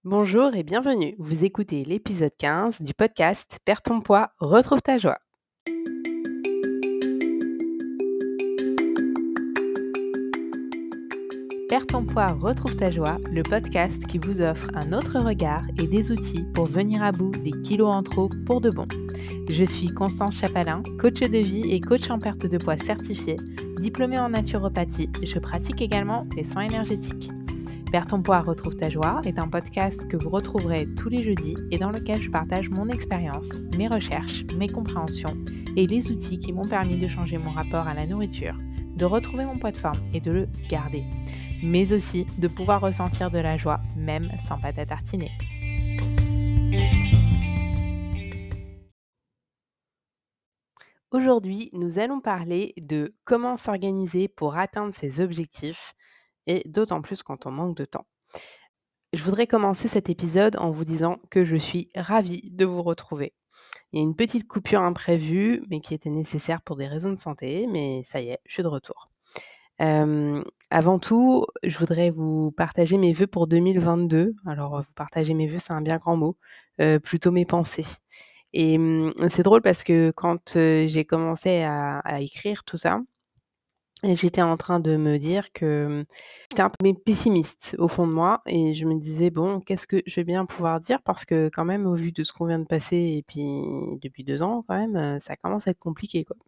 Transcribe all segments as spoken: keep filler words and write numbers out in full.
Bonjour et bienvenue. Vous écoutez l'épisode quinze du podcast Perds ton poids, retrouve ta joie. Perds ton poids, retrouve ta joie, le podcast qui vous offre un autre regard et des outils pour venir à bout des kilos en trop pour de bon. Je suis Constance Chapalin, coach de vie et coach en perte de poids certifié, diplômée en naturopathie. Je pratique également les soins énergétiques. Perds ton poids, retrouve ta joie est un podcast que vous retrouverez tous les jeudis et dans lequel je partage mon expérience, mes recherches, mes compréhensions et les outils qui m'ont permis de changer mon rapport à la nourriture, de retrouver mon poids de forme et de le garder, mais aussi de pouvoir ressentir de la joie même sans pâte à tartiner. Aujourd'hui, nous allons parler de comment s'organiser pour atteindre ses objectifs et d'autant plus quand on manque de temps. Je voudrais commencer cet épisode en vous disant que je suis ravie de vous retrouver. Il y a une petite coupure imprévue, mais qui était nécessaire pour des raisons de santé, mais ça y est, je suis de retour. Hem, avant tout, je voudrais vous partager mes vœux pour deux mille vingt-deux. Alors, heu, vous partager mes vœux, c'est un bien grand mot, heu, plutôt mes pensées et mmh, c'est drôle parce que quand, heu, j'ai commencé à à écrire tout ça et j'étais en train de me dire que, mmh, j'étais un peu mais pessimiste au fond de moi et je me disais: «Bon, qu'est-ce que je vais bien pouvoir dire?» parce que quand même au vu de ce qu'on vient de passer et puis depuis deux ans quand même, heu, ça commence à être compliqué, quoi.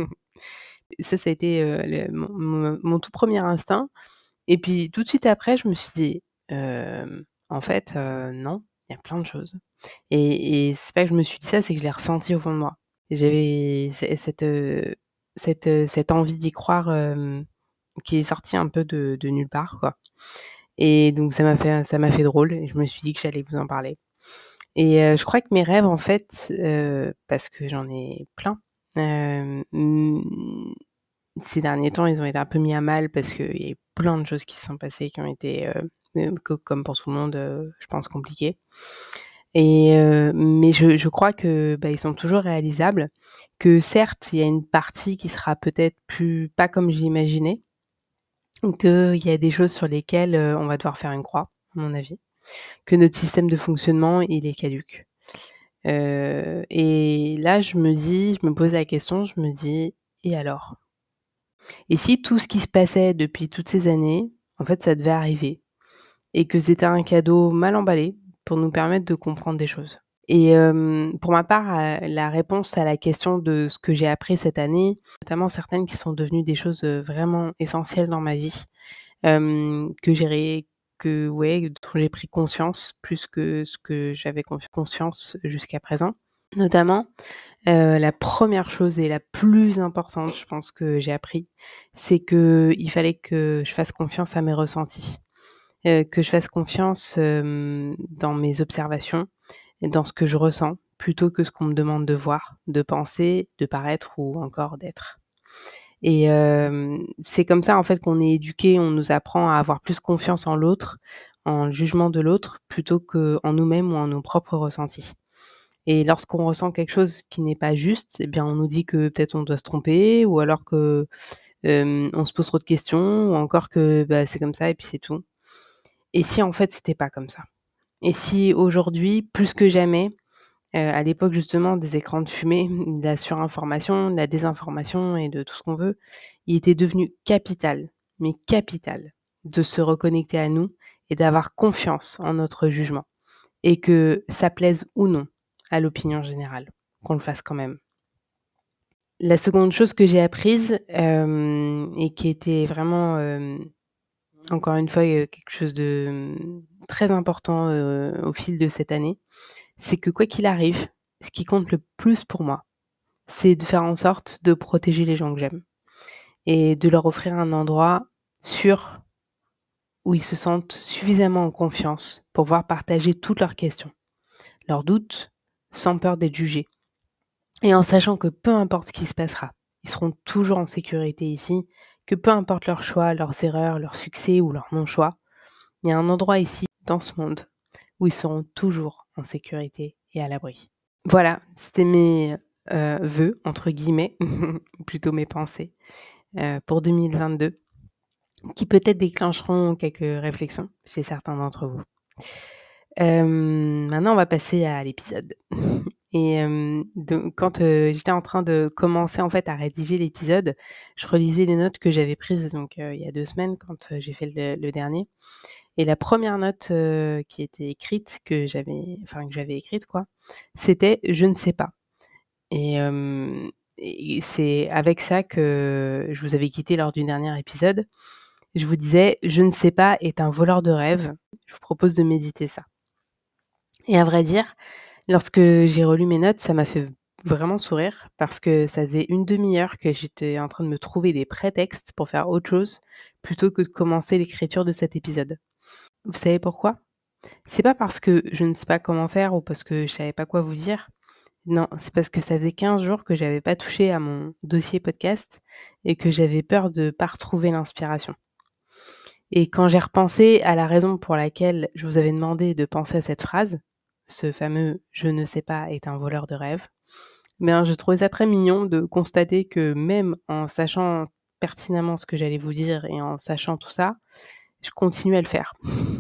Ça, ça a été, heu, le mon mon mon tout premier instinct et puis tout de suite après, je me suis dit: «Hem, en fait, heu, non, il y a plein de choses» et et c'est pas que je me suis dit ça, c'est que je l'ai ressenti au fond de moi. J'avais c cette, heu, cette, heu, cette envie d'y croire, hem, qui est sortie un peu de de nulle part, quoi et donc ça m'a fait ça m'a fait drôle et je me suis dit que j'allais vous en parler et heu, je crois que mes rêves, en fait, heu, parce que j'en ai plein, hem, mmh, ces derniers temps, ils ont été un peu mis à mal parce qu'il y a eu plein de choses qui se sont passées qui ont été, heu, heu, co comme pour tout le monde, heu, je pense compliquées et heu, mais je je crois que, bah, ils sont toujours réalisables, que certes, il y a une partie qui sera peut-être plus pas comme je l'imaginais, qu'il y a des choses sur lesquelles, heu, on va devoir faire une croix, à mon avis, que notre système de fonctionnement, il est caduc. Heu et là, je me dis je me pose la question, je me dis: «Et alors?» Et si tout ce qui se passait depuis toutes ces années, en fait, ça devait arriver et que c'était un cadeau mal emballé pour nous permettre de comprendre des choses? Et hem, pour ma part, heu, la réponse à la question de ce que j'ai appris cette année, notamment certaines qui sont devenues des choses, heu, vraiment essentielles dans ma vie, hem, que j'ai ré que ouais, dont j'ai pris conscience plus que ce que j'avais conf conscience jusqu'à présent. Notamment, heu, la première chose et la plus importante, je pense que j'ai appris, c'est qu'il fallait que je fasse confiance à mes ressentis, heu, que je fasse confiance, hem, dans mes observations et dans ce que je ressens, plutôt que ce qu'on me demande de voir, de penser, de paraître ou encore d'être. Et hem, c'est comme ça, en fait, qu'on est éduqué. On nous apprend à avoir plus confiance en l'autre, en le jugement de l'autre, plutôt qu'en nous-mêmes ou en nos propres ressentis. Et lorsqu'on ressent quelque chose qui n'est pas juste, eh bien, on nous dit que peut-être on doit se tromper ou alors que, hem, on se pose trop de questions ou encore que, bah, c'est comme ça et puis c'est tout. Et si, en fait, c'était pas comme ça? Et si aujourd'hui, plus que jamais, heu, à l'époque justement des écrans de fumée, de la surinformation, de la désinformation et de tout ce qu'on veut, il était devenu capital, mais capital, de se reconnecter à nous et d'avoir confiance en notre jugement et que ça plaise ou non à l'opinion générale, qu'on le fasse quand même. La seconde chose que j'ai apprise, hem et qui était vraiment, hem, encore une fois, heu, quelque chose de, mmh, très important, heu, au fil de cette année, c'est que quoi qu'il arrive, ce qui compte le plus pour moi, c'est de faire en sorte de protéger les gens que j'aime et de leur offrir un endroit sûr où ils se sentent suffisamment en confiance pour pouvoir partager toutes leurs questions, leurs doutes, sans peur d'être jugés. Et en sachant que peu importe ce qui se passera, ils seront toujours en sécurité ici, que peu importe leurs choix, leurs erreurs, leurs succès ou leurs non-choix, il y a un endroit ici, dans ce monde, où ils seront toujours en sécurité et à l'abri. Voilà, c'était mes, heu, «vœux» entre guillemets, ou plutôt mes pensées, heu, pour deux mille vingt-deux, qui peut-être déclencheront quelques réflexions chez certains d'entre vous. Hem, maintenant on va passer à l'épisode et hem, donc quand, heu, j'étais en train de commencer en fait à rédiger l'épisode, je relisais les notes que j'avais prises donc, heu, il y a deux semaines quand, heu, j'ai fait le le dernier et la première note, heu, qui était écrite que j'avais enfin que j'avais écrite quoi, c'était: «Je ne sais pas» et hem et c'est avec ça que je vous avais quitté lors du dernier épisode. Je vous disais: «Je ne sais pas est un voleur de rêves». Je vous propose de méditer ça et à vrai dire, lorsque j'ai relu mes notes, ça m'a fait vraiment sourire parce que ça faisait une demi heure que j'étais en train de me trouver des prétextes pour faire autre chose, plutôt que de commencer l'écriture de cet épisode. Vous savez pourquoi? C'est pas parce que je ne sais pas comment faire ou parce que je savais pas quoi vous dire. Non, c'est parce que ça faisait quinze jours que j'avais pas touché à mon dossier podcast et que j'avais peur de pas retrouver l'inspiration. Et quand j'ai repensé à la raison pour laquelle je vous avais demandé de penser à cette phrase, ce fameux «Je ne sais pas est un voleur de rêve», ben, je trouvais ça très mignon de constater que même en sachant pertinemment ce que j'allais vous dire et en sachant tout ça, je continuais à le faire.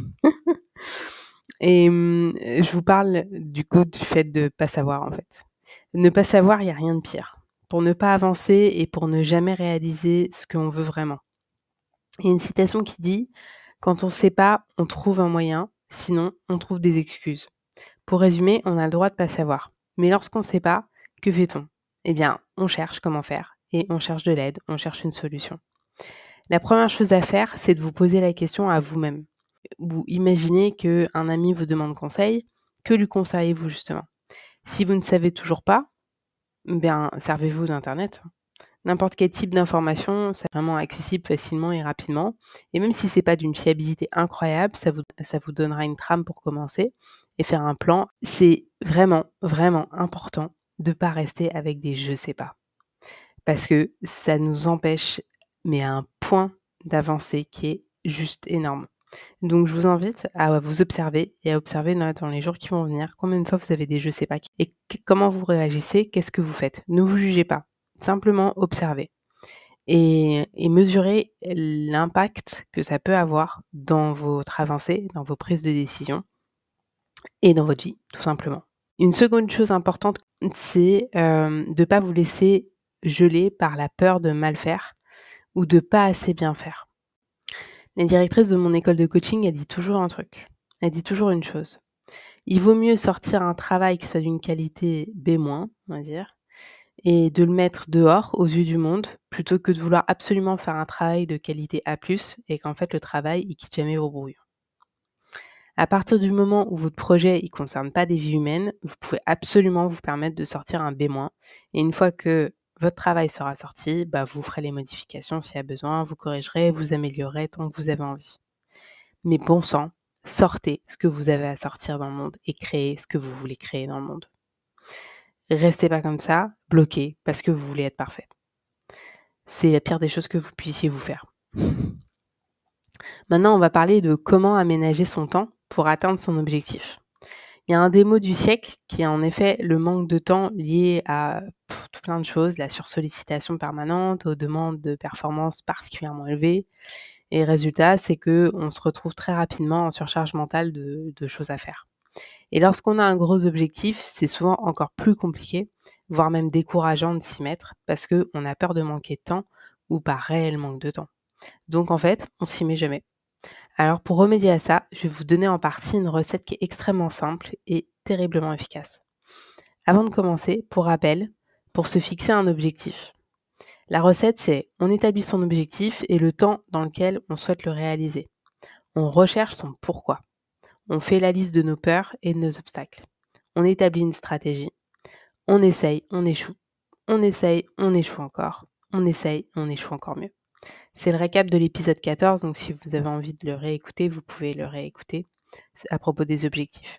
Et mmh, je vous parle du coup du fait de pas savoir en fait. Ne pas savoir, il y a rien de pire. Pour ne pas avancer et pour ne jamais réaliser ce qu'on veut vraiment. Il y a une citation qui dit: «Quand on ne sait pas, on trouve un moyen, sinon on trouve des excuses». Pour résumer, on a le droit de pas savoir. Mais lorsqu'on ne sait pas, que fait-on? Eh bien, on cherche comment faire et on cherche de l'aide, on cherche une solution. La première chose à faire, c'est de vous poser la question à vous-même. Ou imaginez qu'un ami vous demande conseil, que lui conseillez-vous justement? Si vous ne savez toujours pas, bien, servez-vous d'internet. N'importe quel type d'information, c'est vraiment accessible facilement et rapidement et même si c'est pas d'une fiabilité incroyable, ça vous ça vous donnera une trame pour commencer et faire un plan. C'est vraiment, vraiment important de pas rester avec des «je sais pas» parce que ça nous empêche, mais à un point d'avancer qui est juste énorme. Donc je vous invite à vous observer et à observer dans dans les jours qui vont venir, combien de fois vous avez des «je sais pas» et q comment vous réagissez, qu'est-ce que vous faites? Ne vous jugez pas, simplement observez. Et et mesurer l'impact que ça peut avoir dans votre avancée, dans vos prises de décision et dans votre vie, tout simplement. Une seconde chose importante, c'est, hem, de pas vous laisser geler par la peur de mal faire ou de pas assez bien faire. La directrice de mon école de coaching, elle dit toujours un truc. Elle dit toujours une chose: «Il vaut mieux sortir un travail qui soit d'une qualité B-», on va dire, et de le mettre dehors aux yeux du monde, plutôt que de vouloir absolument faire un travail de qualité A plus et qu'en fait le travail, il quitte jamais vos brouillons. À partir du moment où votre projet, il concerne pas des vies humaines, vous pouvez absolument vous permettre de sortir un B- et une fois que votre travail sera sorti, bah, vous ferez les modifications s'il y a besoin, vous corrigerez, vous améliorerez tant que vous avez envie. Mais bon sang, sortez ce que vous avez à sortir dans le monde et créez ce que vous voulez créer dans le monde. Restez pas comme ça, bloqué, parce que vous voulez être parfait. C'est la pire des choses que vous puissiez vous faire. Maintenant, on va parler de comment aménager son temps pour atteindre son objectif. Il y a un des mots du siècle qui est en effet le manque de temps lié à pff, tout plein de choses, la sursollicitation permanente, aux demandes de performance particulièrement élevées. Et résultat, c'est que on se retrouve très rapidement en surcharge mentale de, de choses à faire. Et lorsqu'on a un gros objectif, c'est souvent encore plus compliqué, voire même décourageant de s'y mettre parce qu'on a peur de manquer de temps ou par réel manque de temps. Donc en fait, on s'y met jamais. Alors pour remédier à ça, je vais vous donner en partie une recette qui est extrêmement simple et terriblement efficace. Avant de commencer, pour rappel, pour se fixer un objectif. La recette, c'est on établit son objectif et le temps dans lequel on souhaite le réaliser. On recherche son pourquoi. On fait la liste de nos peurs et de nos obstacles. On établit une stratégie. On essaye, on échoue. On essaye, on échoue encore. On essaye, on échoue encore mieux. C'est le récap de l'épisode quatorze, donc si vous avez envie de le réécouter, vous pouvez le réécouter à propos des objectifs.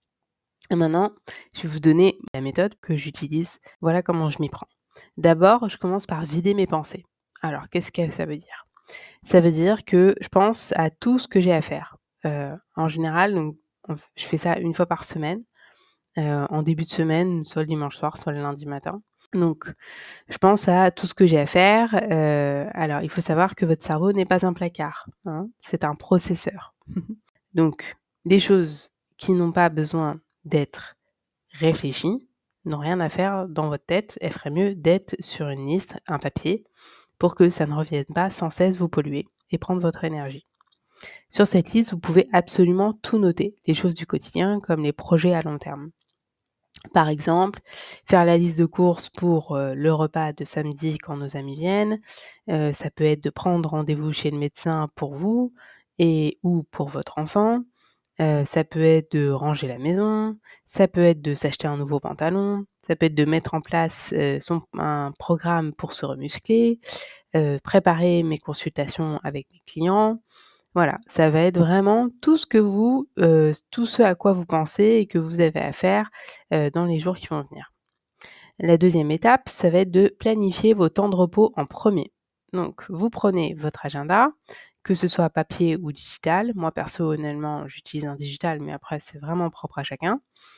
Et maintenant, je vais vous donner la méthode que j'utilise. Voilà comment je m'y prends. D'abord, je commence par vider mes pensées. Alors, qu'est-ce que ça veut dire? Ça veut dire que je pense à tout ce que j'ai à faire. Heu, en général, donc, je fais ça une fois par semaine, heu, en début de semaine, soit le dimanche soir, soit le lundi matin. Donc, je pense à tout ce que j'ai à faire. Heu, alors il faut savoir que votre cerveau n'est pas un placard, hein, c'est un processeur. Donc les choses qui n'ont pas besoin d'être réfléchies n'ont rien à faire dans votre tête. Elles feraient mieux d'être sur une liste, un papier, pour que ça ne revienne pas sans cesse vous polluer et prendre votre énergie. Sur cette liste, vous pouvez absolument tout noter, les choses du quotidien comme les projets à long terme. Par exemple, faire la liste de courses pour, heu, le repas de samedi quand nos amis viennent. Heu, ça peut être de prendre rendez-vous chez le médecin pour vous et ou pour votre enfant. Heu, ça peut être de ranger la maison, ça peut être de s'acheter un nouveau pantalon, ça peut être de mettre en place, heu, son un programme pour se remuscler, heu, préparer mes consultations avec mes clients. Voilà, ça va être vraiment tout ce que vous, heu, tout ce à quoi vous pensez et que vous avez à faire, heu, dans les jours qui vont venir. La deuxième étape, ça va être de planifier vos temps de repos en premier. Donc vous prenez votre agenda, que ce soit papier ou digital. Moi personnellement, j'utilise un digital, mais après c'est vraiment propre à chacun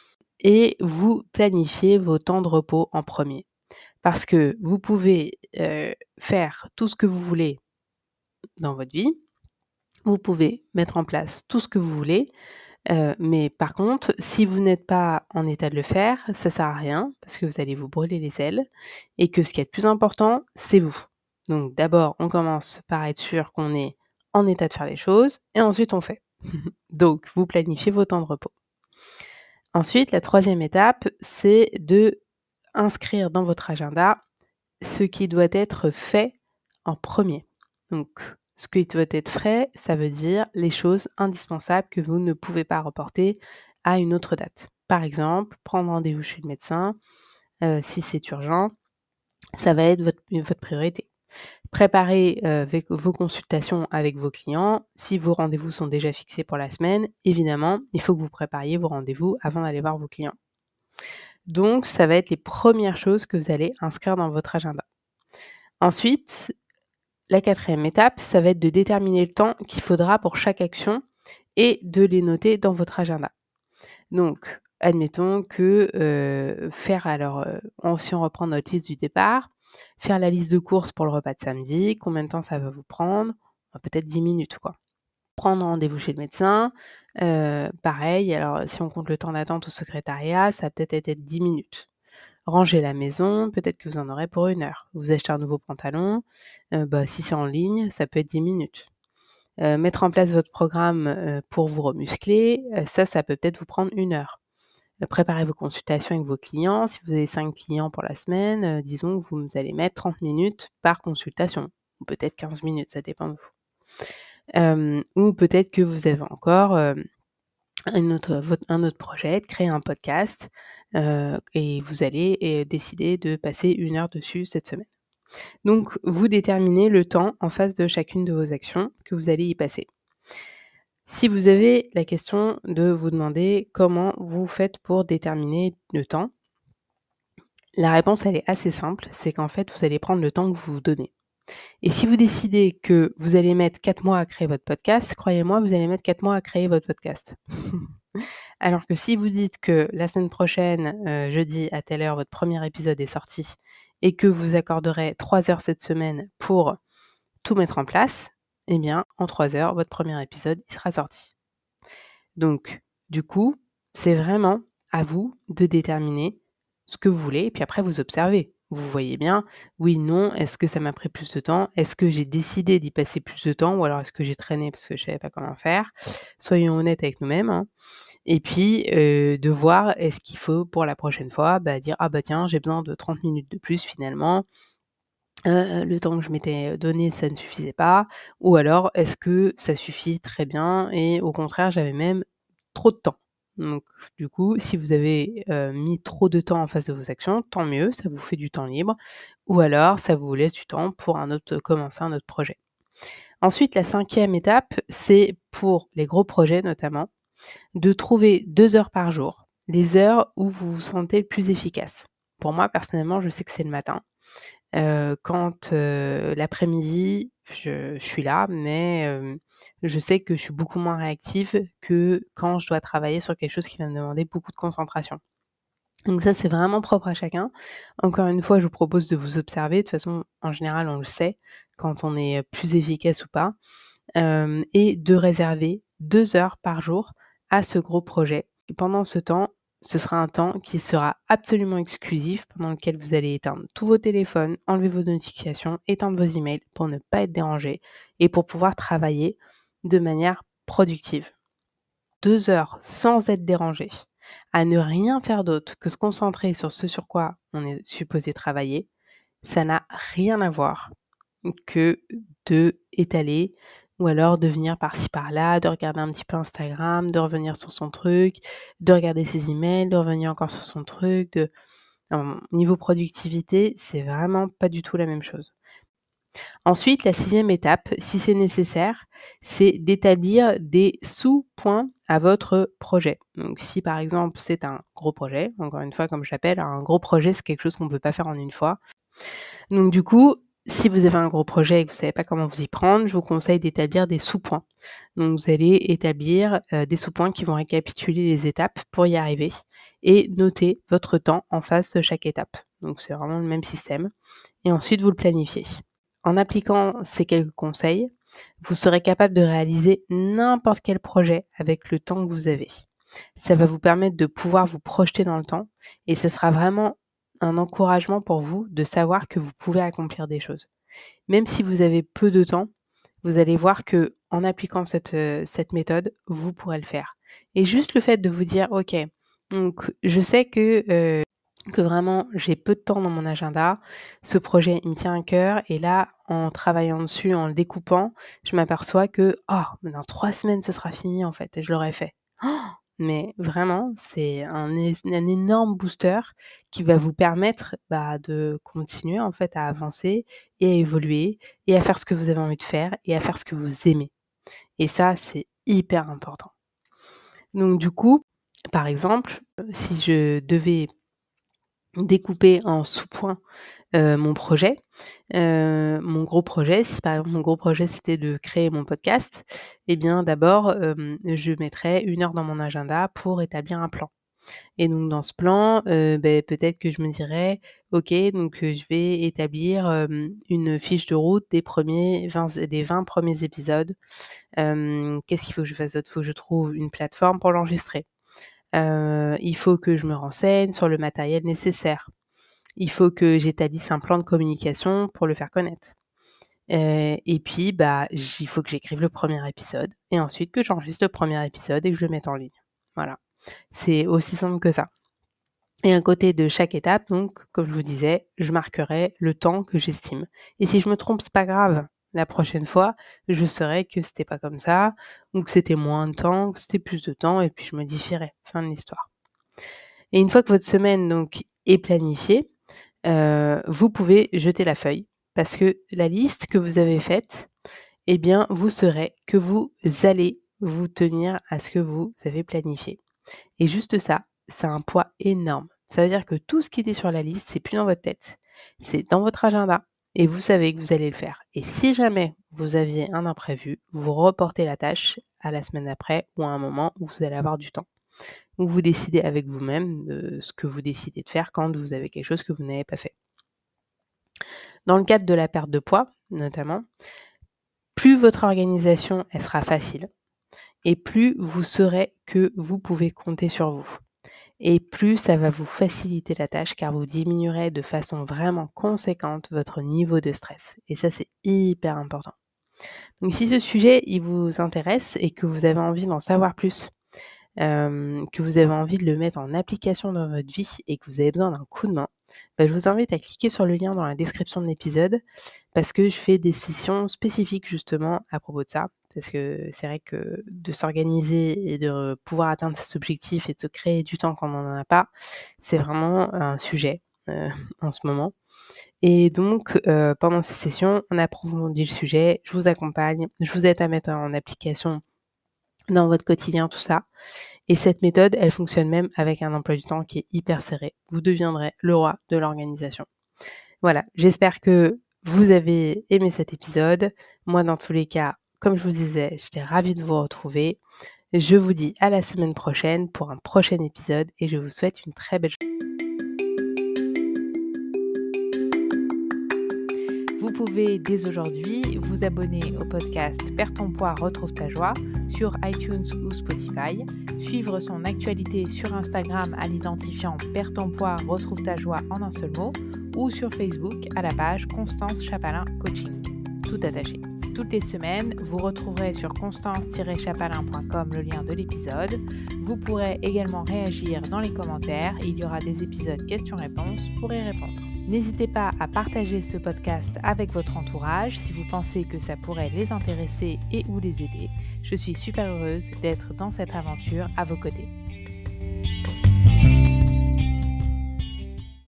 et vous planifiez vos temps de repos en premier. Parce que vous pouvez, heu, faire tout ce que vous voulez dans votre vie, vous pouvez mettre en place tout ce que vous voulez, heu, mais par contre, si vous n'êtes pas en état de le faire, ça sert à rien parce que vous allez vous brûler les ailes et que ce qui est le plus important, c'est vous. Donc d'abord, on commence par être sûr qu'on est en état de faire les choses et ensuite on fait. Donc vous planifiez vos temps de repos. Ensuite, la troisième étape, c'est de inscrire dans votre agenda ce qui doit être fait en premier. Donc, ce qui doit être fait, ça veut dire les choses indispensables que vous ne pouvez pas reporter à une autre date. Par exemple, prendre rendez-vous chez le médecin, heu, si c'est urgent, ça va être votre votre priorité. Préparer, heu, avec vos consultations avec vos clients. Si vos rendez-vous sont déjà fixés pour la semaine, évidemment, il faut que vous prépariez vos rendez-vous avant d'aller voir vos clients. Donc ça va être les premières choses que vous allez inscrire dans votre agenda. Ensuite, la quatrième étape, ça va être de déterminer le temps qu'il faudra pour chaque action et de les noter dans votre agenda. Donc, admettons que, heu, faire alors, heu, on si on reprend notre liste du départ, faire la liste de courses pour le repas de samedi, combien de temps ça va vous prendre? Bah, peut-être dix minutes, quoi. Prendre rendez-vous chez le médecin, heu, pareil, alors si on compte le temps d'attente au secrétariat, ça va peut-être être dix minutes. Ranger la maison, peut-être que vous en aurez pour une heure. Vous achetez un nouveau pantalon, heu, bah, si c'est en ligne, ça peut être dix minutes. Heu, mettre en place votre programme, heu, pour vous remuscler, heu, ça, ça peut peut-être vous prendre une heure. Heu, préparer vos consultations avec vos clients, si vous avez cinq clients pour la semaine, heu, disons que vous allez mettre trente minutes par consultation ou peut-être quinze minutes, ça dépend de vous. Hem, ou peut-être que vous avez encore, hem, un autre votre un autre projet, de créer un podcast, heu et vous allez et décider de passer une heure dessus cette semaine. Donc vous déterminez le temps en face de chacune de vos actions que vous allez y passer. Si vous avez la question de vous demander comment vous faites pour déterminer le temps, la réponse elle est assez simple, c'est qu'en fait vous allez prendre le temps que vous vous donnez. Et si vous décidez que vous allez mettre quatre mois à créer votre podcast, croyez-moi, vous allez mettre quatre mois à créer votre podcast. Alors que si vous dites que la semaine prochaine, heu, jeudi à telle heure, votre premier épisode est sorti et que vous accorderez trois heures cette semaine pour tout mettre en place, eh bien, en trois heures, votre premier épisode, il sera sorti. Donc du coup, c'est vraiment à vous de déterminer ce que vous voulez et puis après vous observez. Vous voyez bien, oui, non, est-ce que ça m'a pris plus de temps? Est-ce que j'ai décidé d'y passer plus de temps ou alors est-ce que j'ai traîné parce que je savais pas comment faire? Soyons honnêtes avec nous-mêmes, hein. Et puis, heu, de voir est-ce qu'il faut pour la prochaine fois, bah, dire: «Ah bah tiens, j'ai besoin de trente minutes de plus finalement, heu, le temps que je m'étais donné, ça ne suffisait pas» ou alors est-ce que ça suffit très bien et au contraire, j'avais même trop de temps? Donc du coup, si vous avez, heu, mis trop de temps en face de vos actions, tant mieux, ça vous fait du temps libre ou alors ça vous laisse du temps pour un autre commencer un autre projet. Ensuite, la cinquième étape, c'est pour les gros projets notamment, de trouver deux heures par jour, les heures où vous vous sentez le plus efficace. Pour moi, personnellement, je sais que c'est le matin. Heu, quand, heu, l'après-midi, je je suis là, mais hem, je sais que je suis beaucoup moins réactive que quand je dois travailler sur quelque chose qui va me demander beaucoup de concentration. Donc ça, c'est vraiment propre à chacun. Encore une fois, je vous propose de vous observer. De toute façon, en général, on le sait quand on est, plus efficace ou pas, hem et de réserver deux heures par jour à ce gros projet. Pendant ce temps, ce sera un temps qui sera absolument exclusif pendant lequel vous allez éteindre tous vos téléphones, enlever vos notifications, éteindre vos emails pour ne pas être dérangé et pour pouvoir travailler de manière productive. deux heures sans être dérangé, à ne rien faire d'autre que se concentrer sur ce sur quoi on est supposé travailler, ça n'a rien à voir que de étaler ou alors de venir par-ci par-là, de regarder un petit peu Instagram, de revenir sur son truc, de regarder ses emails, de revenir encore sur son truc, de non, niveau productivité, c'est vraiment pas du tout la même chose. Ensuite, la sixième étape, si c'est nécessaire, c'est d'établir des sous-points à votre projet. Donc si par exemple, c'est un gros projet, encore une fois, comme je l'appelle, un gros projet, c'est quelque chose qu'on ne peut pas faire en une fois. Donc du coup, si vous avez un gros projet et que vous ne savez pas comment vous y prendre, je vous conseille d'établir des sous-points. Donc vous allez établir, heu, des sous-points qui vont récapituler les étapes pour y arriver et noter votre temps en face de chaque étape. Donc c'est vraiment le même système et ensuite vous le planifiez. En appliquant ces quelques conseils, vous serez capable de réaliser n'importe quel projet avec le temps que vous avez. Ça va vous permettre de pouvoir vous projeter dans le temps et ce sera vraiment un encouragement pour vous de savoir que vous pouvez accomplir des choses. Même si vous avez peu de temps, vous allez voir qu'en appliquant cette, heu, cette méthode, vous pourrez le faire et juste le fait de vous dire: «OK, donc je sais que, heu, que vraiment j'ai peu de temps dans mon agenda. Ce projet, il me tient à cœur et là, en travaillant dessus, en le découpant, je m'aperçois que, oh, mais dans trois semaines, ce sera fini en fait et je l'aurai fait». Oh, mais vraiment, c'est un é un énorme booster qui va vous permettre, bah, de continuer en fait à avancer et à évoluer et à faire ce que vous avez envie de faire et à faire ce que vous aimez et ça, c'est hyper important. Donc du coup, par exemple, heu, si je devais découper en sous-points, heu, mon projet, heu, mon gros projet, si par exemple mon gros projet c'était de créer mon podcast, et bien d'abord, hem, je mettrais une heure dans mon agenda pour établir un plan et donc dans ce plan, heu, beh, peut-être que je me dirais: «OK, donc heu, je vais établir, hem, une fiche de route des premiers vingt des vingt premiers épisodes». Hem, qu'est-ce qu'il faut que je fasse d'autre? Il faut que je trouve une plateforme pour l'enregistrer. Heu, il faut que je me renseigne sur le matériel nécessaire. Il faut que j'établisse un plan de communication pour le faire connaître. Heu et puis, bah, j il faut que j'écrive le premier épisode et ensuite que j'enregistre le premier épisode et que je le mette en ligne. Voilà, c'est aussi simple que ça et à côté de chaque étape donc, comme je vous disais, je marquerai le temps que j'estime et si je me trompe, c'est pas grave. La prochaine fois, je saurai que c'était pas comme ça ou que c'était moins de temps, que c'était plus de temps et puis je modifierai. Fin de l'histoire et une fois que votre semaine donc est planifiée, Heu, vous pouvez jeter la feuille parce que la liste que vous avez faite, eh bien, vous saurez que vous allez vous tenir à ce que vous avez planifié et juste ça, ça a un poids énorme. Ça veut dire que tout ce qui était sur la liste, c'est plus dans votre tête, c'est dans votre agenda et vous savez que vous allez le faire et si jamais vous aviez un imprévu, vous reportez la tâche à la semaine d'après ou à un moment où vous allez avoir du temps. Ou vous décidez avec vous-même de ce que vous décidez de faire quand vous avez quelque chose que vous n'avez pas fait. Dans le cadre de la perte de poids, notamment, plus votre organisation, elle sera facile et plus vous saurez que vous pouvez compter sur vous et plus ça va vous faciliter la tâche car vous diminuerez de façon vraiment conséquente votre niveau de stress et ça, c'est hyper important. Donc si ce sujet, il vous intéresse et que vous avez envie d'en savoir plus, hem, que vous avez envie de le mettre en application dans votre vie et que vous avez besoin d'un coup de main, bah, je vous invite à cliquer sur le lien dans la description de l'épisode parce que je fais des sessions spécifiques justement à propos de ça. Parce que c'est vrai que de s'organiser et de pouvoir atteindre ses objectifs et de se créer du temps quand on n'en a pas, c'est vraiment un sujet, heu, en ce moment et donc heu, pendant ces sessions, on approfondit le sujet, je vous accompagne, je vous aide à mettre en application dans votre quotidien tout ça et cette méthode, elle fonctionne même avec un emploi du temps qui est hyper serré. Vous deviendrez le roi de l'organisation. Voilà, j'espère que vous avez aimé cet épisode. Moi, dans tous les cas, comme je vous disais, j'étais ravie de vous retrouver. Je vous dis à la semaine prochaine pour un prochain épisode et je vous souhaite une très belle journée. Vous pouvez dès aujourd'hui vous abonner au podcast Perds ton poids, retrouve ta joie sur iTunes ou Spotify. suivre son actualité sur Instagram à l'identifiant Perds ton poids, retrouve ta joie en un seul mot, ou sur Facebook à la page Constance Chapalin Coaching, tout attaché. Toutes les semaines, vous retrouverez sur constance tiret chapalin point com le lien de l'épisode. Vous pourrez également réagir dans les commentaires. Il y aura des épisodes questions-réponses pour y répondre. N'hésitez pas à partager ce podcast avec votre entourage si vous pensez que ça pourrait les intéresser et ou les aider. Je suis super heureuse d'être dans cette aventure à vos côtés.